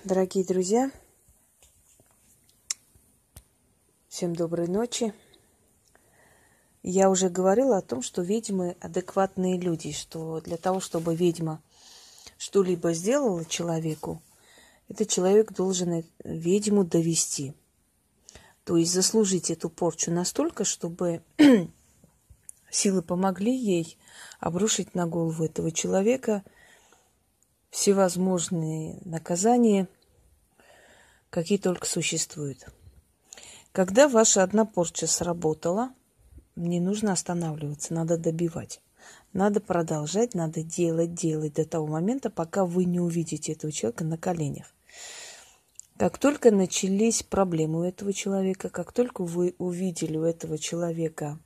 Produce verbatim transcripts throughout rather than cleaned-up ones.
Дорогие друзья, всем доброй ночи. Я уже говорила о том, что ведьмы адекватные люди, что для того, чтобы ведьма что-либо сделала человеку, этот человек должен ведьму довести. То есть заслужить эту порчу настолько, чтобы силы помогли ей обрушить на голову этого человека всевозможные наказания, какие только существуют. Когда ваша одна порча сработала, не нужно останавливаться, надо добивать. Надо продолжать, надо делать, делать до того момента, пока вы не увидите этого человека на коленях. Как только начались проблемы у этого человека, как только вы увидели у этого человека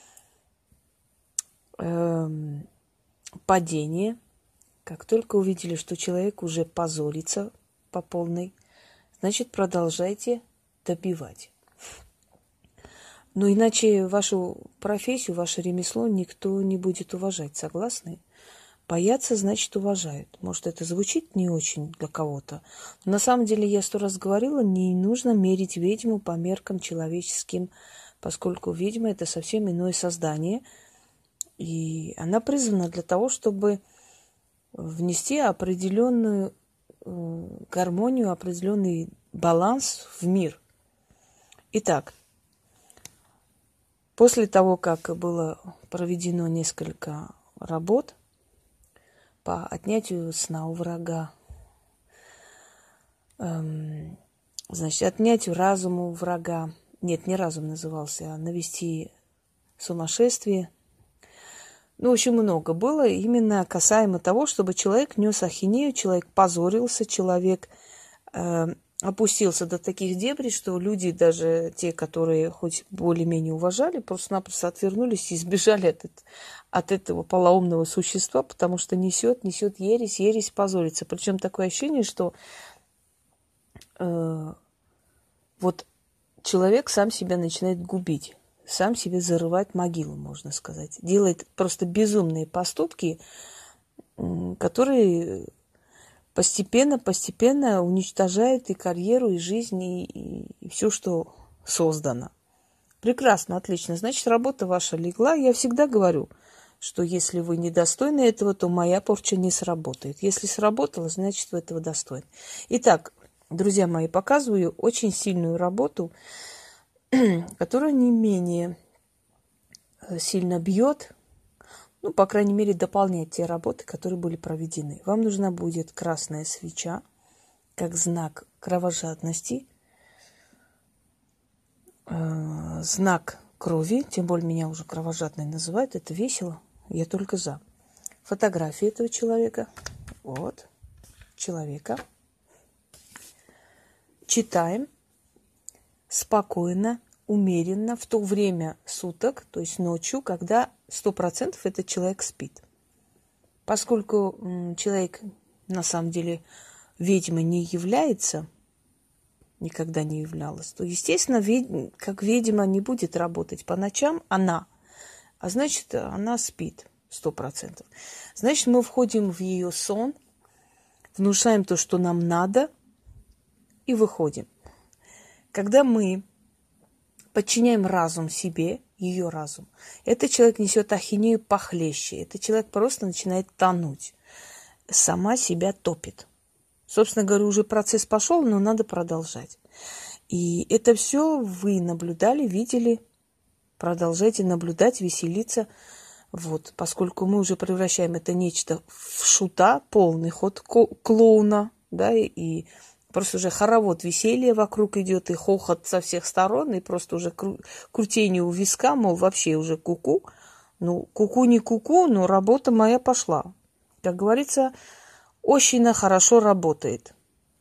эм, падение, как только увидели, что человек уже позорится по полной, значит, продолжайте добивать. Но иначе вашу профессию, ваше ремесло никто не будет уважать, согласны? Бояться, значит, уважают. Может, это звучит не очень для кого-то. Но на самом деле, я сто раз говорила, не нужно мерить ведьму по меркам человеческим, поскольку ведьма – это совсем иное создание. И она призвана для того, чтобы внести определенную гармонию, определенный баланс в мир. Итак, после того, как было проведено несколько работ по отнятию сна у врага, эм, значит, отнятию разума у врага, нет, не разум назывался, а навести сумасшествие, ну, очень много было именно касаемо того, чтобы человек нес ахинею, человек позорился, человек э, опустился до таких дебрей, что люди, даже те, которые хоть более-менее уважали, просто-напросто отвернулись и сбежали от, от этого полоумного существа, потому что несет, несет ересь, ересь позорится. Причем такое ощущение, что э, вот человек сам себя начинает губить. Сам себе зарывать могилу, можно сказать. Делает просто безумные поступки, которые постепенно-постепенно уничтожают и карьеру, и жизнь, и, и, и все, что создано. Прекрасно, отлично. Значит, работа ваша легла. Я всегда говорю, что если вы недостойны этого, то моя порча не сработает. Если сработала, значит, вы этого достойны. Итак, друзья мои, показываю очень сильную работу, которая не менее сильно бьет, ну, по крайней мере, дополняет те работы, которые были проведены. Вам нужна будет красная свеча, как знак кровожадности, э, знак крови, тем более меня уже кровожадной называют, это весело, я только за. Фотография этого человека, вот, человека. Читаем спокойно, умеренно, в то время суток, то есть ночью, когда сто процентов этот человек спит. Поскольку м, человек на самом деле ведьмой не является, никогда не являлась, то, естественно, ведь, как ведьма не будет работать по ночам, она, а значит, она спит сто процентов. Значит, мы входим в ее сон, внушаем то, что нам надо, и выходим. Когда мы подчиняем разум себе, ее разум, этот человек несет ахинею похлеще. Этот человек просто начинает тонуть. Сама себя топит. Собственно говоря, уже процесс пошел, но надо продолжать. И это все вы наблюдали, видели. Продолжайте наблюдать, веселиться. Вот, поскольку мы уже превращаем это нечто в шута, полный ход клоуна, да, и просто уже хоровод веселья вокруг идет, и хохот со всех сторон, и просто уже кру- крутение у виска, мол, вообще уже куку. Ну, куку не куку, но работа моя пошла. Как говорится, очень хорошо работает.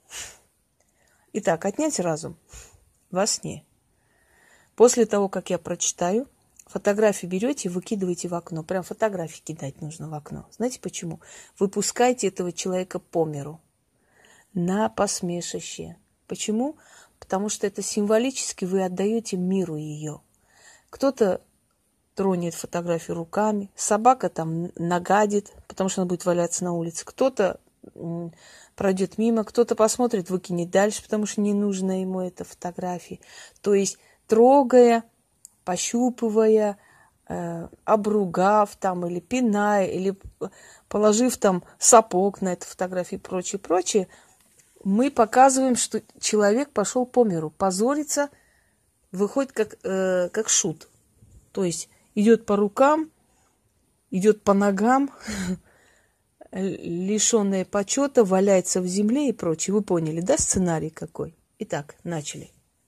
Итак, отнять разум во сне. После того, как я прочитаю, фотографии берете и выкидываете в окно. Прям фотографии кидать нужно в окно. Знаете почему? Вы пускаете этого человека по миру. На посмешище. Почему? Потому что это символически вы отдаете миру ее. Кто-то тронет фотографию руками, собака там нагадит, потому что она будет валяться на улице. Кто-то пройдет мимо, кто-то посмотрит, выкинет дальше, потому что не нужна ему эта фотография. То есть трогая, пощупывая, э, обругав там, или пиная, или положив там сапог на эту фотографию и прочее, прочее, мы показываем, что человек пошел по миру. Позориться выходит как, э, как шут. То есть идет по рукам, идет по ногам, лишенная почета, валяется в земле и прочее. Вы поняли, да, сценарий какой? Итак, начали.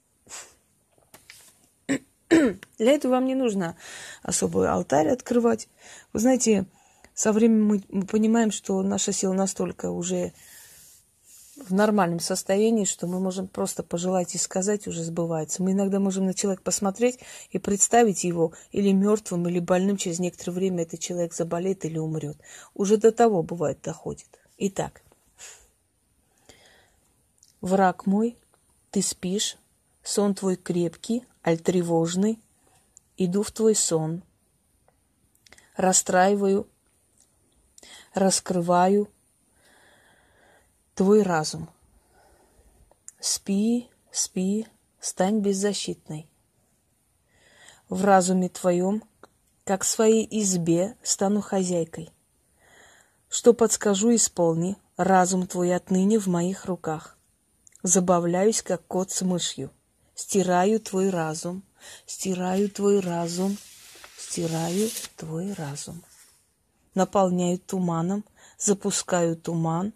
Для этого вам не нужно особый алтарь открывать. Вы знаете, со временем мы, мы понимаем, что наша сила настолько уже в нормальном состоянии, что мы можем просто пожелать и сказать, уже сбывается. Мы иногда можем на человека посмотреть и представить его или мертвым, или больным. Через некоторое время этот человек заболеет или умрет. Уже до того, бывает, доходит. Итак. Враг мой, ты спишь, сон твой крепкий, аль тревожный. Иду в твой сон. Расстраиваю, раскрываю твой разум. Спи, спи, стань беззащитной. В разуме твоем, как в своей избе, стану хозяйкой. Что подскажу, исполни, разум твой отныне в моих руках. Забавляюсь, как кот с мышью. Стираю твой разум, стираю твой разум, стираю твой разум. Наполняю туманом, запускаю туман,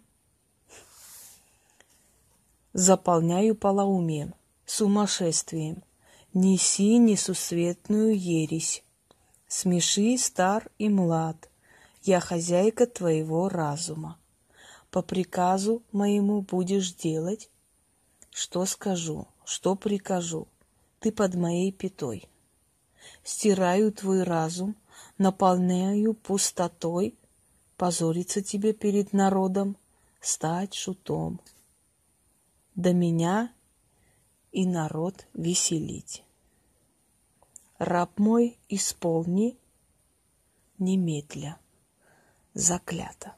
заполняю полоумием, сумасшествием. Неси несусветную ересь. Смеши стар и млад. Я хозяйка твоего разума. По приказу моему будешь делать, что скажу, что прикажу. Ты под моей пятой. Стираю твой разум, наполняю пустотой. Позориться тебе перед народом, стать шутом. До меня и народ веселить. Раб мой, исполни немедля, заклято.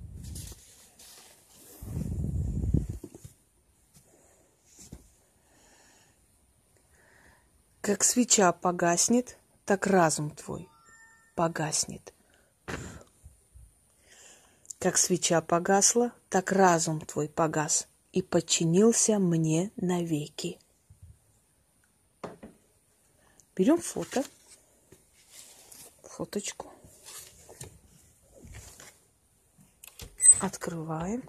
Как свеча погаснет, так разум твой погаснет. Как свеча погасла, так разум твой погас и подчинился мне навеки. Берем фото, фоточку, открываем,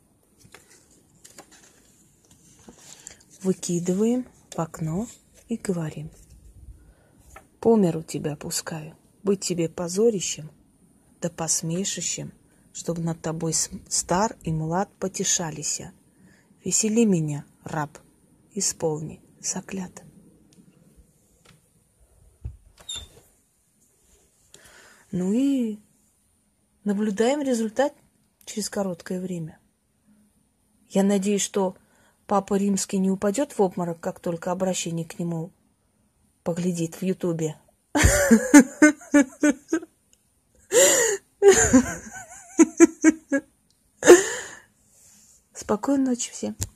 выкидываем в окно и говорим: по миру тебя пускаю, быть тебе позорищем, да посмешищем, чтобы над тобой стар и млад потешались. Весели меня, раб, исполни, заклято. Ну и наблюдаем результат через короткое время. Я надеюсь, что Папа Римский не упадет в обморок, как только обращение к нему поглядит в Ютубе. Спокойной ночи всем.